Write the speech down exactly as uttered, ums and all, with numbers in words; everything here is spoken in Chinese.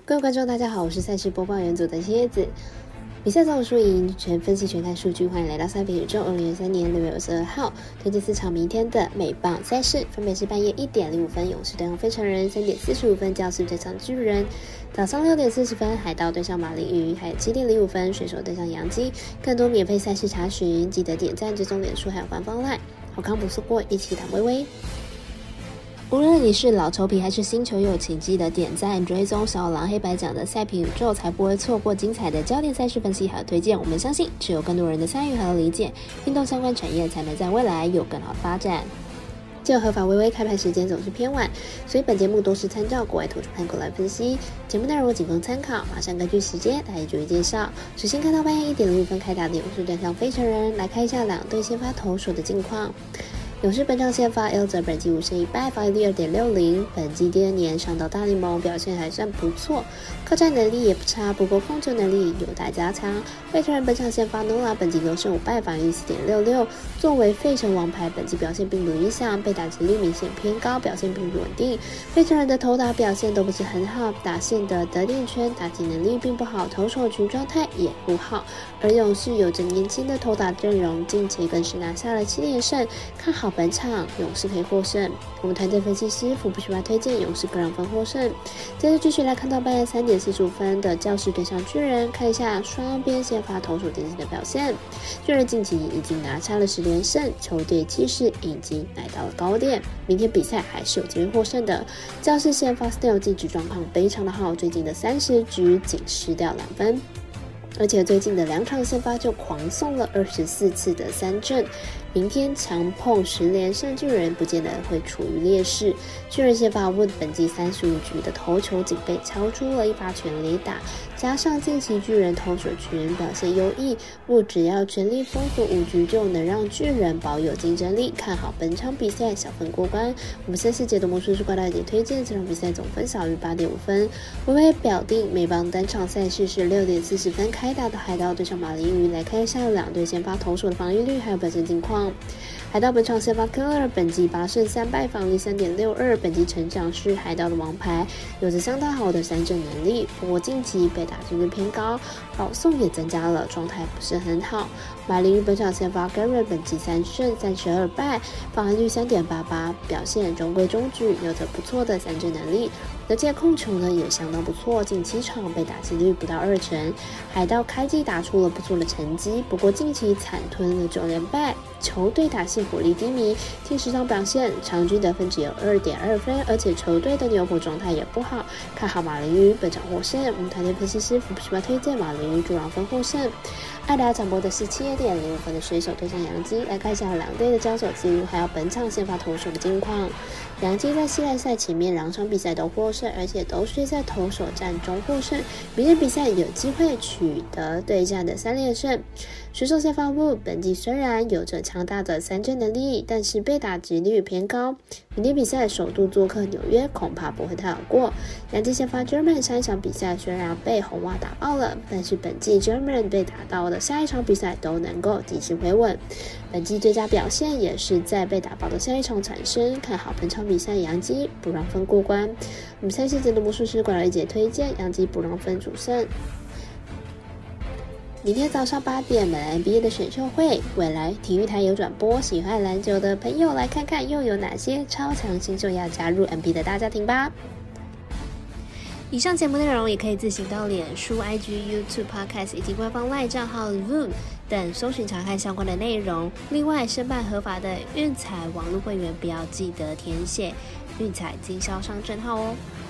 各位观众大家好，我是赛事播报员组的蝎子。比赛总有输赢，全分析全看数据，欢迎来到赛评宇宙。二零二三年六月二十二号，推荐四场明天的美棒赛事，分别是半夜一点零五分勇士对上费城人，三点四十五分教士对上巨人，早上六点四十分海盗对上马林鱼，还有七点零五分水手对上洋基。更多免费赛事查询，记得点赞、追踪脸书还有官方 LINE， 好康不错过，一起打微微。无论你是老球皮还是新球友，请记得点赞、追踪小狼黑白奖的赛评宇宙，才不会错过精彩的焦点赛事分析还有推荐。我们相信，只有更多人的参与还有理解，运动相关产业才能在未来有更好的发展。就合法微微开盘时间总是偏晚，所以本节目都是参照国外投注盘口来分析，节目内容仅供参考。马上根据时间来逐一介绍。首先看到半夜一点零五分开打的勇士对上费城人，来看一下两队先发投手的近况。勇士本场先发 L 则本季五胜一败，防御率 二点六零， 本季第二年上到大联盟，表现还算不错，客战能力也不差，不过控球能力有待加强。费城人本场先发 Nola 本季六胜五败，防御率 四点六六， 作为费城王牌，本季表现并不理想，被打击率明显偏高，表现并不稳定。费城人的投打表现都不是很好，打线的得点圈打击能力并不好，投手群状态也不好。而勇士有着年轻的投打阵容，近期更是拿下了七连胜，看好本场勇士可以获胜。我们团队分析师福布斯巴推荐勇士个人分获胜。接着继续来看到半夜三点四十五分的教士对上巨人，看一下双边先发投手顶级的表现。巨人近期已经拿下了十连胜，球队气势已经来到了高点，明天比赛还是有机会获胜的。教士先发 Snell 近期状况非常的好，最近的三十局仅失掉两分。而且最近的两场先发就狂送了二十四次的三振，明天强碰十连胜巨人不见得会处于劣势。巨人先发 Wood 本季三十五局的投球仅被敲出了一发全垒打，加上近期巨人投手群表现优异， Wood 只要全力封锁五局就能让巨人保有竞争力，看好本场比赛小分过关。我们赛事解读魔术师怪盗姐推荐这场比赛总分小于 八点五分。微微表定美棒单场赛事是六点四十分开打的海盗对上马林鱼，来看一下两队先发投手的防御率还有表现情况。海盗本场先发科尔本季八胜三败，防御 三点六二， 本季成长是海盗的王牌，有着相当好的三振能力，不过近期被打击率偏高，保送也增加了，状态不是很好。马林鱼本场先发 Garrett 本季三胜三十二败，防御率 三点八八， 表现中规中矩，有着不错的三振能力，而且控球呢也相当不错，近七场被打击率不到二成。海盗开季打出了不错的成绩，不过近期惨吞了九连败，球队打线火力低迷，近十场表现场均得分只有 二点二分，而且球队的牛棚状态也不好，看好马林鱼本场获胜。我们团队分析师福布斯巴推荐马林鱼主让分获胜。爱达转播的是七点零五分的水手对上洋基，来看一下两队的交手记录，还有本场先发投手的近况。洋基在系列赛前面两场比赛都获胜，而且都是在投手战中获胜，明天比赛有机会取得对战的三连胜。水手先发 Wood 本季虽然有着强大的三振能力，但是被打击率偏高，明天比赛首度做客纽约，恐怕不会太好过。洋基先发 German 上一场比赛虽然被红袜打爆了，但是本季 German 被打到的下一场比赛都能够及时回稳，本季最佳表现也是在被打爆的下一场产生，看好本场比赛洋基不让分过关。我们赛事节的魔术师管了一姐推荐洋基不让分主胜。明天早上八点，美篮 N B A 的选秀会，未来体育台有转播，喜欢篮球的朋友来看看又有哪些超强新秀要加入 N B A 的大家庭吧。以上节目内容也可以自行到脸书、I G、YouTube、Podcast 以及官方 LINE 账号 Zoom 等搜寻查看相关的内容。另外，申办合法的运彩网络会员，不要记得填写运彩经销商证号哦。